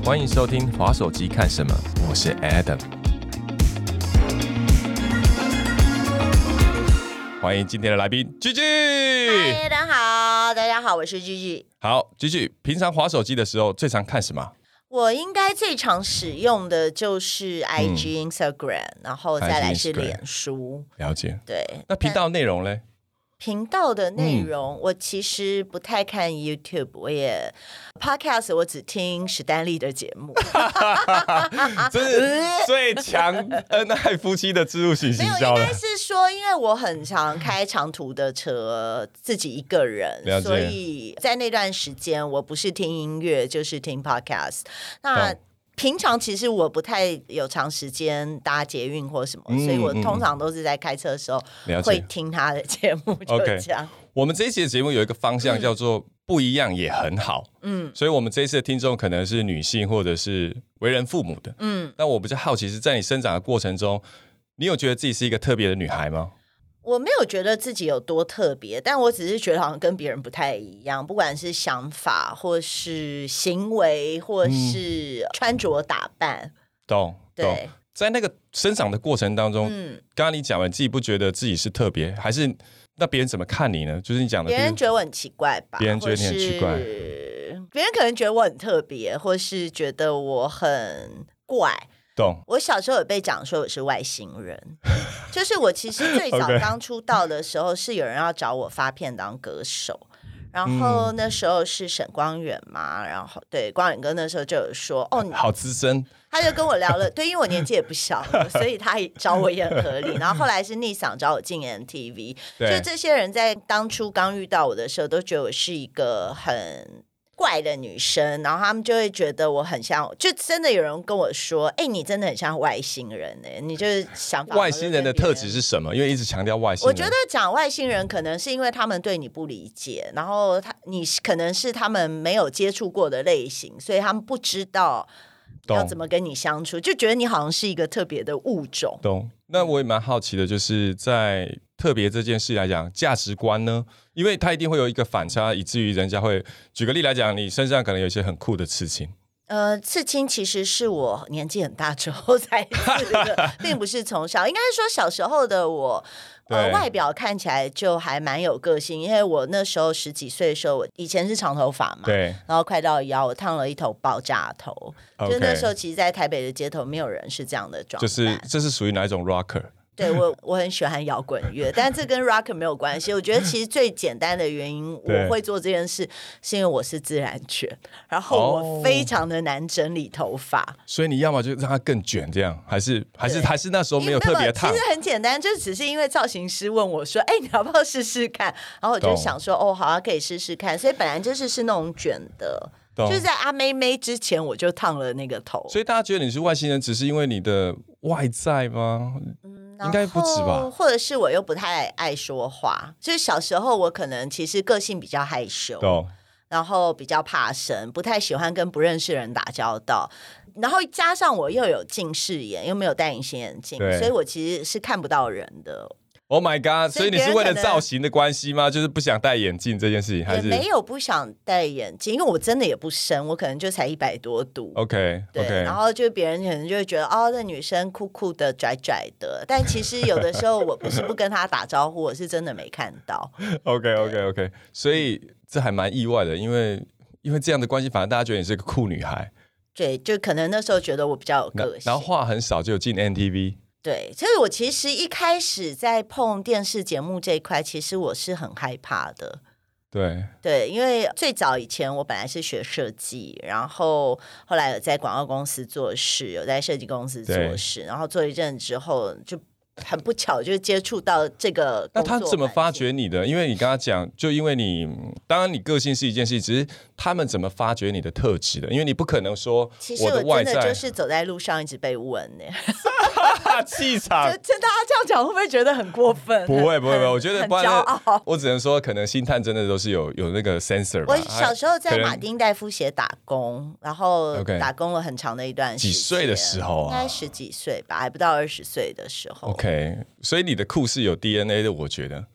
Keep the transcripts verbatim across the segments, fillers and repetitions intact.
欢迎收听滑手机看什么，我是 Adam。欢迎今天的来宾 Gigi。 嗨，大家好，大家好，我是 Gigi。 好 ，Gigi， 平常滑手机的时候最常看什么？ 我应该最常使用的就是 I G、Instagram，、嗯、然后再来是脸书。 了解。 对， 那频道内容嘞？ 频道的内容、嗯，我其实不太看 YouTube， 我也 Podcast， 我只听史丹利的节目。 这是最强恩爱夫妻的置入型行销了。 没有，应该是说，因为我很常开长途的车，自己一个人，所以在那段时间，我不是听音乐，就是听 Podcast。那、哦平常其实我不太有长时间搭捷运或什么、嗯、所以我通常都是在开车的时候会听他的节目，就这样。Okay. 我们这一期的节目有一个方向叫做不一样也很好，嗯，所以我们这一次的听众可能是女性或者是为人父母的，嗯，但我比较好奇是在你生长的过程中，你有觉得自己是一个特别的女孩吗？ 我没有觉得自己有多特别，但我只是觉得好像跟别人不太一样，不管是想法或是行为或是穿着打扮。 懂、嗯、对，在那个生长的过程当中，嗯，刚刚你讲了，你自己不觉得自己是特别，还是那别人怎么看你呢？就是你讲的， 别人觉得我很奇怪吧？ 别人觉得你很奇怪， 别人可能觉得我很特别，或是觉得我很怪。 懂。 我小时候有被讲说我是外星人，就是我其实最早刚出道的时候是有人要找我发片当歌手，然后那时候是沈光远嘛，然后对光远哥那时候就有说哦， 好资深， 他就跟我聊了，对，因为我年纪也不小了，所以他找我也很合理。然后后来是逆嗓找我进 M T V， 就这些人在当初刚遇到我的时候都觉得我是一个很怪的女生，然后他们就会觉得我很像，就真的有人跟我说哎、欸，你真的很像外星人哎、欸，你就是想法。 外星人的特质是什么？因为一直强调外星人， 我觉得讲外星人可能是因为他们对你不理解，然后他你可能是他们没有接触过的类型，所以他们不知道要怎么跟你相处，就觉得你好像是一个特别的物种。 懂。那我也蛮好奇的，就是在特别这件事来讲，价值观呢？因为它一定会有一个反差，以至于人家会举个例来讲，你身上可能有一些很酷的刺青。 呃，刺青其实是我年纪很大之后才刺的，并不是从小。应该是说小时候的我，呃，外表看起来就还蛮有个性。因为我那时候十几岁的时候，我以前是长头发嘛， 对， 然后快到腰，我烫了一头爆炸头。Okay. 就那时候，其实，在台北的街头，没有人是这样的状态。 就是这是属于哪一种 rocker？ 对，我我很喜欢摇滚乐，但这跟 rock 没有关系。我觉得其实最简单的原因，我会做这件事，是因为我是自然卷，然后我非常的难整理头发，哦、 所以你要么就让它更卷，这样，还是还是还是那时候没有特别烫。 其实很简单，就只是因为造型师问我说：“哎、欸，你要不要试试看？”然后我就想说：“哦，好啊，可以试试看。”所以本来就是是那种卷的。就是在阿妹妹之前我就烫了那个头， 所以大家觉得你是外星人，只是因为你的外在吗？嗯，应该不止吧。 或者是我又不太爱说话，就是小时候我可能其实个性比较害羞，然后比较怕生，不太喜欢跟不认识的人打交道。然后加上我又有近视眼，又没有戴隐形眼镜，所以我其实是看不到人的。 Oh my god！ 所以你是为了造型的关系吗？就是不想戴眼镜这件事情，还是也没有不想戴眼镜，因为我真的也不深，我可能就才一百多度。 OK， 对， okay. 然后就别人可能就会觉得哦，这女生酷酷的、拽拽的，但其实有的时候我不是不跟她打招呼，我是真的没看到。 OK OK OK， 所以这还蛮意外的，因为因为这样的关系，反而大家觉得你是个酷女孩。 对，就可能那时候觉得我比较有个性， 然后话很少就进 M T V。 对，所以我其实一开始在碰电视节目这一块，其实我是很害怕的。 对对，因为最早以前我本来是学设计，然后后来有在广告公司做事，有在设计公司做事，然后做一阵之后就很不巧就接触到这个工作。 那他怎么发掘你的？因为你刚刚讲，就因为你当然你个性是一件事，只是他们怎么发掘你的特质的？因为你不可能说我的外在， 其实我真的就是走在路上一直被问呢。 气场， 就大家这样讲会不会觉得很过分？ 不会不会不会，我觉得很骄傲。 我只能说，可能星探真的都是有有那个 sensor 吧。 我小时候在马丁戴夫鞋打工，然后打工了很长的一段时间。 几岁的时候啊？ 应该十几岁吧，还不到二十岁的时候。 OK， 所以你的酷是有 D N A 的，我觉得。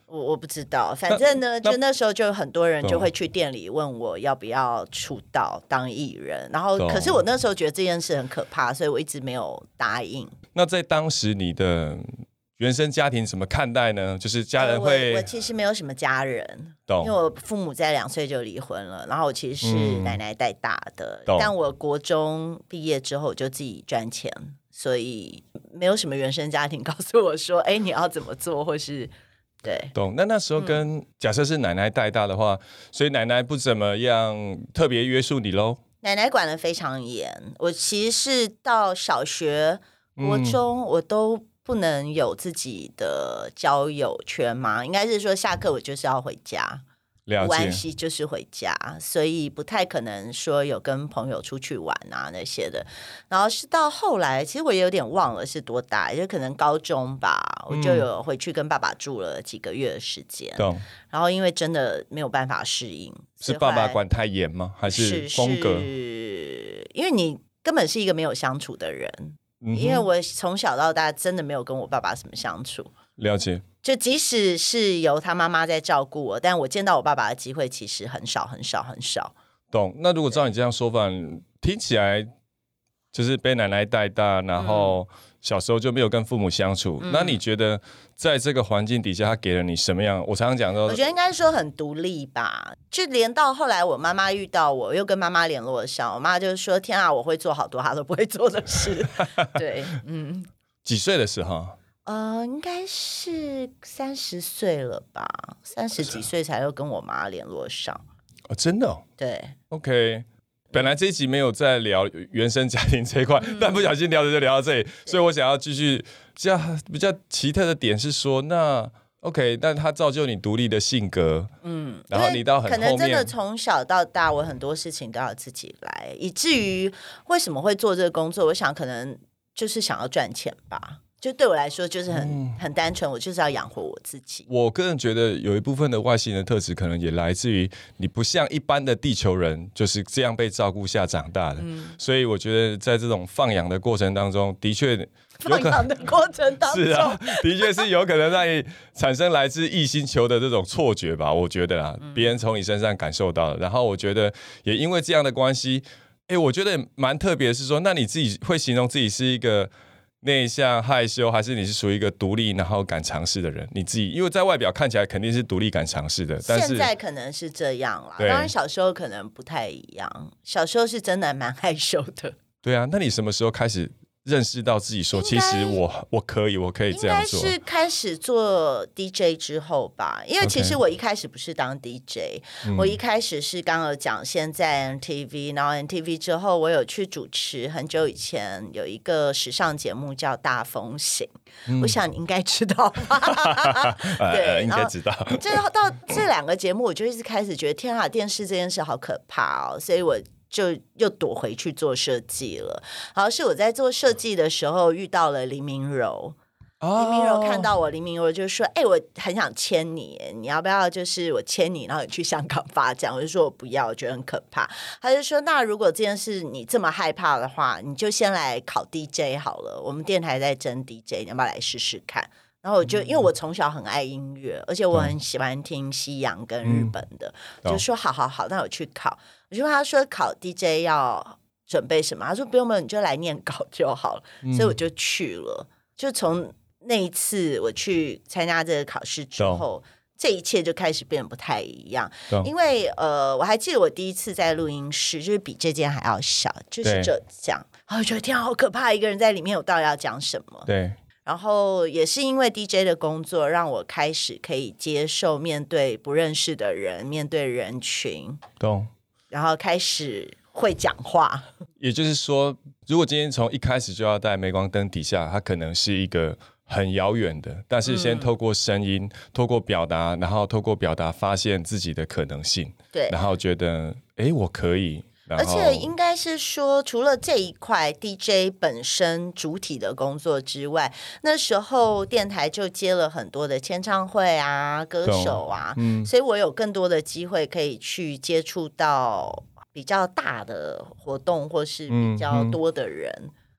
我我不知道，反正呢，就那时候就有很多人就会去店里问我要不要出道当艺人，然后可是我那时候觉得这件事很可怕，所以我一直没有答应。 那在当时你的原生家庭怎么看待呢？就是家人会、 呃、我, 我其实没有什么家人，因为我父母在两岁就离婚了，然后我其实是奶奶带大的、嗯、但我国中毕业之后就自己赚钱，所以没有什么原生家庭告诉我说哎，你要怎么做或是对， 懂。那那时候跟、嗯、假设是奶奶带大的话，所以奶奶不怎么样特别约束你咯？ 奶奶管得非常严，我其实是到小学国中、嗯、我都不能有自己的交友圈嘛，应该是说下课我就是要回家，关系就是回家，所以不太可能说有跟朋友出去玩啊那些的。然后是到后来，其实我也有点忘了是多大，就可能高中吧，我就有回去跟爸爸住了几个月的时间、嗯、然后因为真的没有办法适应， 是爸爸管太严吗？还是风格？ 是因为你根本是一个没有相处的人、嗯、因为我从小到大真的没有跟我爸爸什么相处。 了解。 就即使是由他妈妈在照顾我，但我见到我爸爸的机会其实很少很少很少。 懂。那如果照你这样说法，听起来就是被奶奶带大，然后小时候就没有跟父母相处、嗯、那你觉得在这个环境底下他给了你什么样？我常常讲说， 我觉得应该说很独立吧，就连到后来我妈妈遇到我又跟妈妈联络上，我妈就说天啊，我会做好多她都不会做的事对，嗯。 几岁的时候？ 呃，应该是三十岁了吧，三十几岁才又跟我妈联络上。 哦，真的、哦？ 对 ，OK。本来这一集没有在聊原生家庭这一块、嗯，但不小心聊着就聊到这里，所以我想要继续。比较比较奇特的点是说，那 OK， 但他造就你独立的性格，嗯，然后你到很后面， 可能真的从小到大，我很多事情都要自己来，以至于为什么会做这个工作？我想可能就是想要赚钱吧。就对我来说就是很、嗯、很单纯，我就是要养活我自己。 我个人觉得有一部分的外星人的特质可能也来自于你不像一般的地球人就是这样被照顾下长大的、嗯、所以我觉得在这种放养的过程当中的确放养的过程当中是啊，的确是有可能让你产生来自异星球的这种错觉吧，我觉得啊，别人从你身上感受到的。然后我觉得也因为这样的关系，哎，我觉得蛮特别的是说，那你自己会形容自己是一个内向害羞，还是你是属于一个独立然后敢尝试的人？你自己因为在外表看起来肯定是独立敢尝试的，但是现在可能是这样啦，当然小时候可能不太一样，小时候是真的蛮害羞的。 对啊，那你什么时候开始认识到自己说其实我我可以我可以这样做？ 应该是开始做 D J 之后吧，因为其实我一开始不是当 D J、okay. 我一开始是刚刚有讲先在 M T V， 然后 M T V 之后我有去主持很久以前有一个时尚节目叫大风行、嗯、我想你应该知道吧对，应该知道。 这到这两个节目我就一直开始觉得天啊，电视这件事好可怕哦，所以我就又躲回去做设计了。然后是我在做设计的时候遇到了林明柔、哦、林明柔看到我，林明柔就说哎、欸，我很想签你，你要不要就是我签你然后你去香港发展？我就说我不要，我觉得很可怕。他就说那如果这件事你这么害怕的话，你就先来考 D J 好了，我们电台在争 D J， 你要不要来试试看？然后我就因为我从小很爱音乐，而且我很喜欢听西洋跟日本的、嗯、就说好好好，那我去考。我就问他说考 D J 要准备什么，他说不用不用，你就来念稿就好了、嗯、所以我就去了。就从那一次我去参加这个考试之后，这一切就开始变得不太一样。因为呃，我还记得我第一次在录音室就是比这间还要小，就是这样，然后我觉得天啊好可怕，一个人在里面我到底要讲什么？ 对。 然后也是因为 D J 的工作让我开始可以接受面对不认识的人，面对人群， 懂， 然后开始会讲话。 也就是说如果今天从一开始就要在镁光灯底下，它可能是一个很遥远的，但是先透过声音、嗯、透过表达，然后透过表达发现自己的可能性，对，然后觉得哎我可以。 而且应该是说除了这一块 D J 本身主体的工作之外，那时候电台就接了很多的签唱会啊歌手啊、嗯、所以我有更多的机会可以去接触到比较大的活动或是比较多的人、嗯嗯、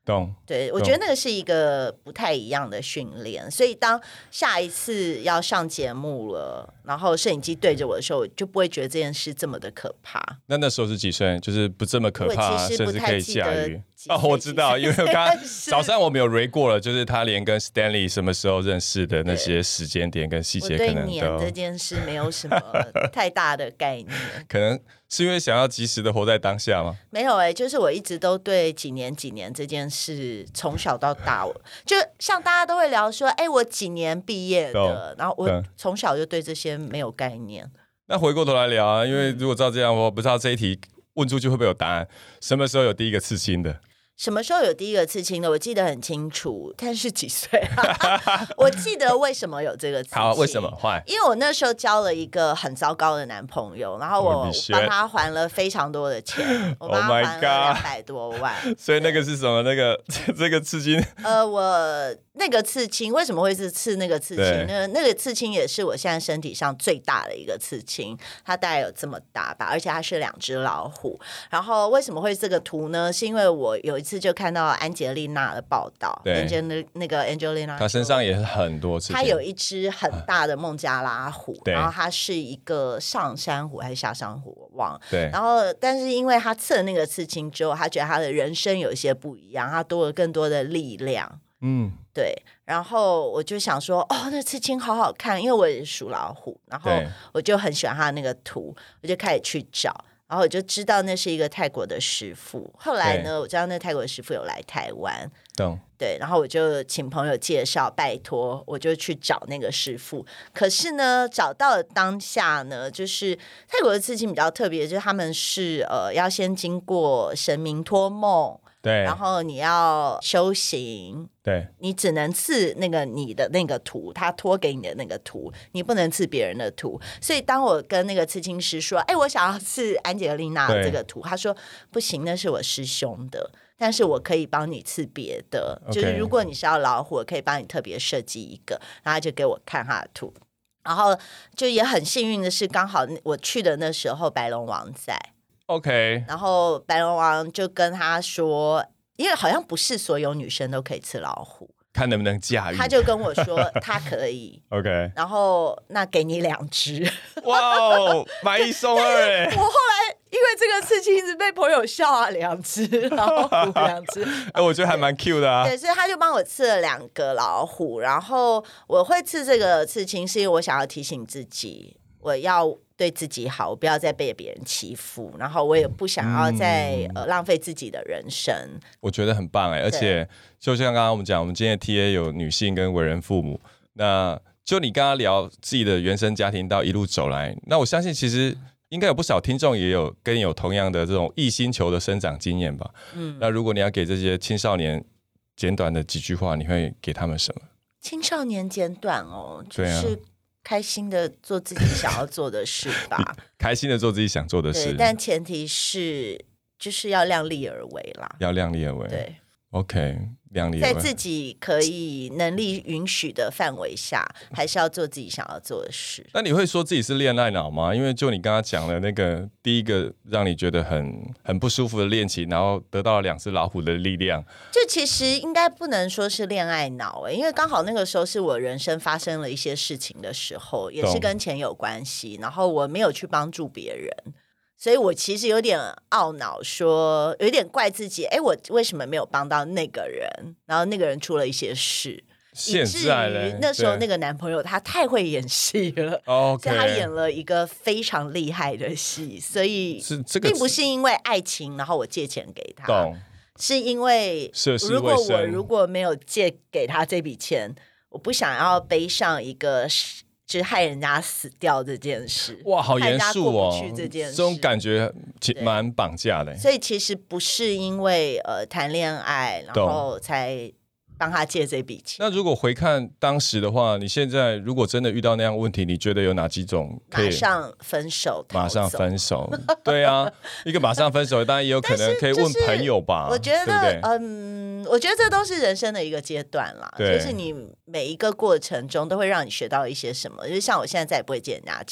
懂， 对，我觉得那个是一个不太一样的训练，所以当下一次要上节目了，然后摄影机对着我的时候，我就不会觉得这件事这么的可怕。 那那时候是几岁？就是不这么可怕，甚至可以驾驭。哦，我知道，因为我刚刚早上我们有 read 过了，就是他连跟 Stanley 什么时候认识的那些时间点跟细节，可能都我对年这件事没有什么太大的概念。 可能是因为想要及时的活在当下吗？ 没有哎、欸，就是我一直都对几年几年这件事，从小到大，我就像大家都会聊说，哎、欸，我几年毕业的，然后我从小就对这些没有概念。 那回过头来聊啊，因为如果照这样，我不知道这一题问出去会不会有答案。什么时候有第一个刺青的？ 什么时候有第一个刺青的？我记得很清楚，但是几岁啊？我记得为什么有这个刺青？ 好，为什么？ 因为我那时候交了一个很糟糕的男朋友，然后我帮他还了非常多的钱，我帮他还了两百多万。 所以那个是什么？那个这个刺青？ 呃，我那个刺青为什么会是刺那个刺青？那那个刺青也是我现在身体上最大的一个刺青，它大概有这么大吧，而且它是两只老虎。然后为什么会这个图呢？是因为我有一次就看到安吉丽娜的报道，对，那个 Angelina， 她身上也是很多刺青， 她有一只很大的孟加拉虎，然后它是一个上山虎还是下山虎，我忘了。 对， 然后但是因为她刺了那个刺青之后，她觉得她的人生有一些不一样，她多了更多的力量。嗯，对。然后我就想说，哦，那刺青好好看，因为我也是属老虎，然后我就很喜欢他那个图，我就开始去找。然后我就知道那是一个泰国的师傅，后来呢我知道那泰国的师傅有来台湾，对，然后我就请朋友介绍，拜托我就去找那个师傅。可是呢找到了当下呢，就是泰国的刺青比较特别，就是他们是呃要先经过神明托梦，对，然后你要修行，对，你只能刺那个你的那个图，他托给你的那个图，你不能刺别人的图。所以当我跟那个刺青师说，哎，我想要刺安吉丽娜的这个图，他说不行，那是我师兄的，但是我可以帮你刺别的， okay. 就是如果你是要老虎，我可以帮你特别设计一个。然后他就给我看他的图，然后就也很幸运的是，刚好我去的那时候白龙王在。OK， 然后白龙王就跟他说，因为好像不是所有女生都可以刺老虎，看能不能驾驭。他就跟我说他可以，OK， 然后那给你两只，哇哦，买一送二哎！我后来因为这个刺青一直被朋友笑啊，两只老虎，两只， 哎，我觉得还蛮 cute 的啊。 对，所以他就帮我刺了两个老虎，然后我会刺这个刺青，是因为我想要提醒自己，我要对自己好，我不要再被别人欺负，然后我也不想要再、嗯呃、浪费自己的人生。 我觉得很棒哎，而且就像刚刚我们讲，我们今天的 T A 有女性跟为人父母，那就你刚刚聊自己的原生家庭到一路走来，那我相信其实应该有不少听众也有跟有同样的这种异星球的生长经验吧。嗯，那如果你要给这些青少年简短的几句话，你会给他们什么？ 青少年简短哦，就是开心的做自己想要做的事吧。 开心的做自己想做的事， 但前提是就是要量力而为啦， 要量力而为。 对 ，OK， 量力而为， 在自己可以能力允许的范围下，还是要做自己想要做的事。 那你会说自己是恋爱脑吗？因为就你刚刚讲的那个第一个让你觉得很很不舒服的恋情，然后得到了两只老虎的力量， 就其实应该不能说是恋爱脑、欸、因为刚好那个时候是我人生发生了一些事情的时候，也是跟钱有关系，然后我没有去帮助别人，所以我其实有点懊恼，说有点怪自己，哎，我为什么没有帮到那个人？然后那个人出了一些事， 现在以至于那时候那个男朋友他太会演戏了， okay. 所以他演了一个非常厉害的戏，所以并不是因为爱情，然后我借钱给他，懂，是因为如果我如果没有借给他这笔钱，我不想要背上一个就是害人家死掉这件事。 哇，好严肃哦！ 这件事， 这种感觉蛮绑架的。 所以其实不是因为呃谈恋爱，然后才帮他借这笔钱。 那如果回看当时的话，你现在如果真的遇到那样的问题，你觉得有哪几种可以？ 马上分手， 马上分手。对啊，一个马上分手，当然也有可能可以问朋友吧。 我觉得，对对嗯，我觉得这都是人生的一个阶段啦。就是你每一个过程中都会让你学到一些什么。就是像我现在再也不会借人家钱。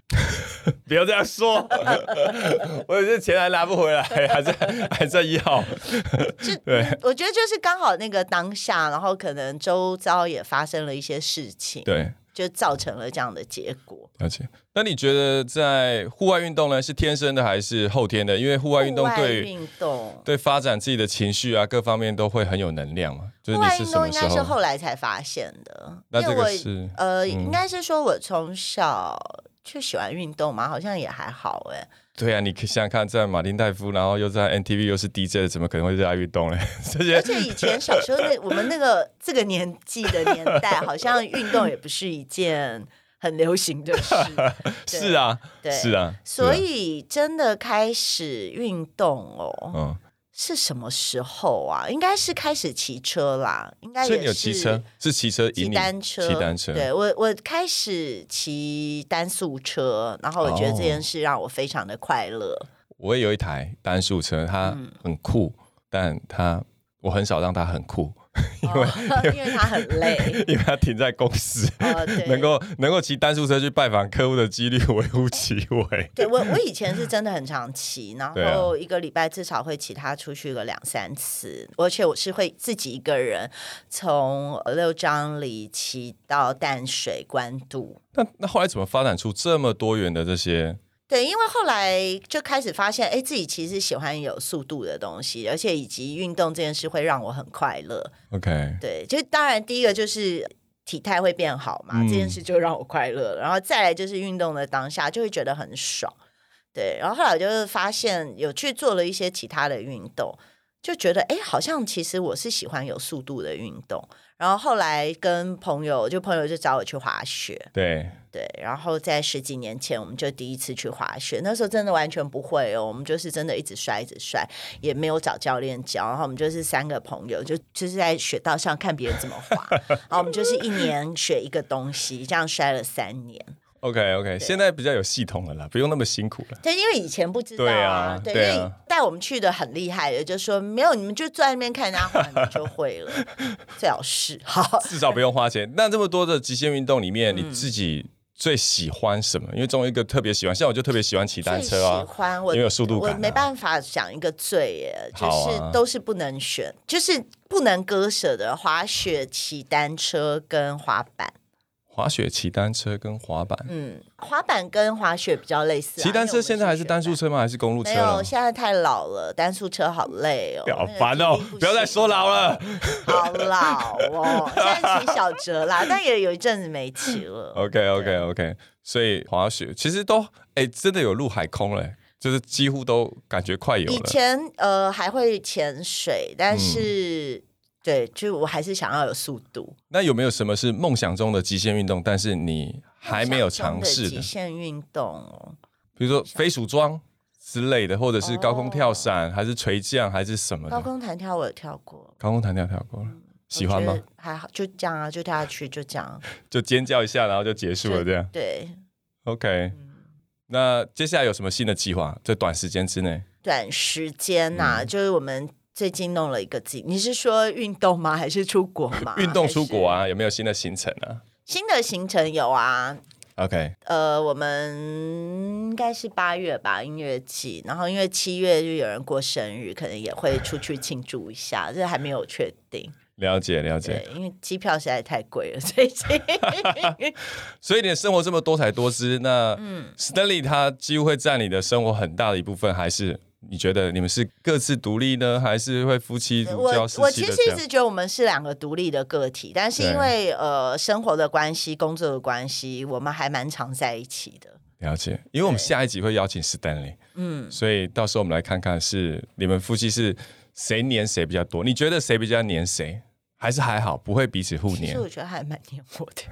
不要这样说，我这钱还拿不回来，还在还在要。 对，我觉得就是刚好那个当下，然后可能周遭也发生了一些事情， 对， 就造成了这样的结果。 了解。那你觉得在户外运动呢，是天生的还是后天的？因为户外运动对运动对发展自己的情绪啊，各方面都会很有能量嘛。就是你是什么时候？户外运动应该是后来才发现的。 那这个是呃，嗯、应该是说我从小就喜欢运动嘛，好像也还好哎。 对啊，你可以想想看，在马丁戴夫，然后又在 N T V 又是 D J 的，怎么可能会热爱运动呢？这些， 而且以前小时候那我们那个这个年纪的年代，好像运动也不是一件很流行的事。 是啊， 对， 是啊， 所以真的开始运动哦。 嗯。 是什么时候啊？应该是开始骑车啦，应该也是。 所以你有骑车？是骑车引你？ 骑单车， 骑单车。 对，我我开始骑单速车，然后我觉得这件事让我非常的快乐。哦、 我也有一台单速车，它很酷，嗯、但它我很少让它很酷。因为、 哦、因为它很累， 因为它停在公司，哦、能够能够骑单速车去拜访客户的几率微乎其微。 对我我以前是真的很常骑，然后一个礼拜至少会骑它出去个两三次，而且我是会自己一个人从六张里骑到淡水关渡。 那那后来怎么发展出这么多元的这些？ 对，因为后来就开始发现，哎，自己其实喜欢有速度的东西，而且以及运动这件事会让我很快乐。 OK， 对，就当然第一个就是体态会变好嘛，嗯、这件事就让我快乐。然后再来就是运动的当下就会觉得很爽。对，然后后来我就发现有去做了一些其他的运动，就觉得哎，好像其实我是喜欢有速度的运动。然后后来跟朋友，就朋友就找我去滑雪， 对对，然后在十几年前我们就第一次去滑雪，那时候真的完全不会哦，我们就是真的一直摔一直摔，也没有找教练教，然后我们就是三个朋友就就是在雪道上看别人怎么滑，然后我们就是一年学一个东西，这样摔了三年。 OK OK， 现在比较有系统了啦，不用那么辛苦了。 对，因为以前不知道啊， 对啊， 对， 对啊， 因为带我们去的很厉害的，就说没有，你们就坐在那边看人家滑，你就会了。最好是好， 至少不用花钱。那这么多的极限运动里面，嗯、你自己最喜欢什么？因为总有一个特别喜欢，像我就特别喜欢骑单车啊， 喜欢我， 因为有速度感、啊。 我没办法讲一个最耶，就是都是不能选，啊、就是不能割舍的，滑雪、骑单车跟滑板。 滑雪、骑单车跟滑板， 嗯，滑板跟滑雪比较类似、啊。 骑单车现在还是单速车吗？还是公路车？ 没有，现在太老了，单速车好累哦， 好烦哦！不, 不要再说老了， 好老哦。现在骑小折啦，但也有一阵子没骑了。 OK OK OK， 所以滑雪其实都哎真的有陆海空嘞，就是几乎都感觉快有了。 以前呃还会潜水，但是。嗯对，就我还是想要有速度。 那有没有什么是梦想中的极限运动，但是你还没有尝试的极限运动哦？ 比如说飞鼠装之类的，或者是高空跳伞，哦、还是垂降，还是什么的？ 高空弹跳我有跳过， 高空弹跳跳过了，嗯、喜欢吗？ 还好，就这样啊，就跳下去，就这样， 就尖叫一下，然后就结束了，这样。 对 ，OK、嗯。那接下来有什么新的计划？在短时间之内？ 短时间呐、啊，嗯、就是我们。最近弄了一个计，你是说运动吗？还是出国吗？ 运动出国啊？有没有新的行程啊？ 新的行程有啊。 OK， 呃，我们应该是八月吧，音乐季。然后因为七月就有人过生日，可能也会出去庆祝一下，这还没有确定。 了解了解， 对，因为机票实在太贵了，最近。 所以你的生活这么多彩多姿，那嗯 Stanley 他几乎会占你的生活很大的一部分，还是？你觉得你们是各自独立呢，还是会夫妻如胶似漆的？ 我其实一直觉得我们是两个独立的个体，但是因为呃生活的关系、工作的关系，我们还蛮常在一起的。 了解，因为我们下一集会邀请 Stanley， 嗯，所以到时候我们来看看是你们夫妻是谁黏谁比较多？你觉得谁比较黏谁？还是还好，不会彼此互黏？ 其实我觉得还蛮黏我的。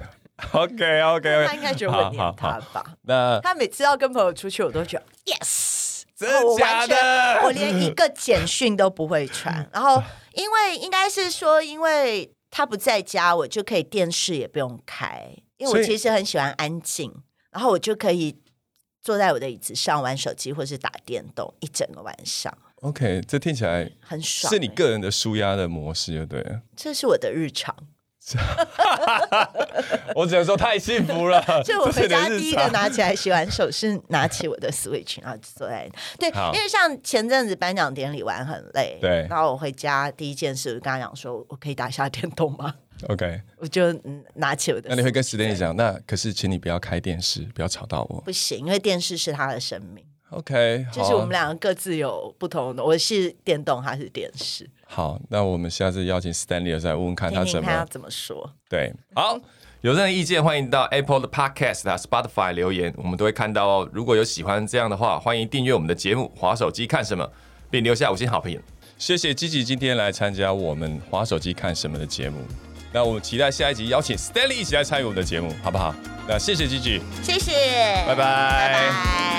OK OK， 他应该觉得我黏他吧？ 那他每次要跟朋友出去，我都觉得 yes。 真的假的？ 我连一个简讯都不会传，然后因为应该是说，因为他不在家，我就可以电视也不用开，因为我其实很喜欢安静，然后我就可以坐在我的椅子上玩手机或是打电动一整个晚上。 OK， 这听起来很爽， 是你个人的抒压的模式，就对了。 这是我的日常。 我只能说太幸福了。 就我回家第一个拿起来洗完手是拿起我的 Switch， 然后就坐在对，因为像前阵子颁奖典礼玩很累， 对， 然后我回家第一件事我就跟他讲说，我可以打一下电动吗 ？OK， 我就拿起我的 Switch。那你会跟史丹利讲，那可是请你不要开电视，不要吵到我。 不行，因为电视是他的生命。 OK， 就是我们两个各自有不同的，我是电动，他是电视。 好，那我们下次邀请 Stanley 再问问看他怎么， 听听看他怎么说。 对，好，有任何意见欢迎到 Apple 的 Podcast 啊 Spotify 留言，我们都会看到哦。如果有喜欢这样的话，欢迎订阅我们的节目《滑手机看什么》，并留下五星好评。谢谢Gigi今天来参加我们《滑手机看什么》的节目。那我们期待下一集邀请 Stanley 一起来参与我们的节目，好不好？那谢谢Gigi， 谢谢， 拜拜， 拜拜。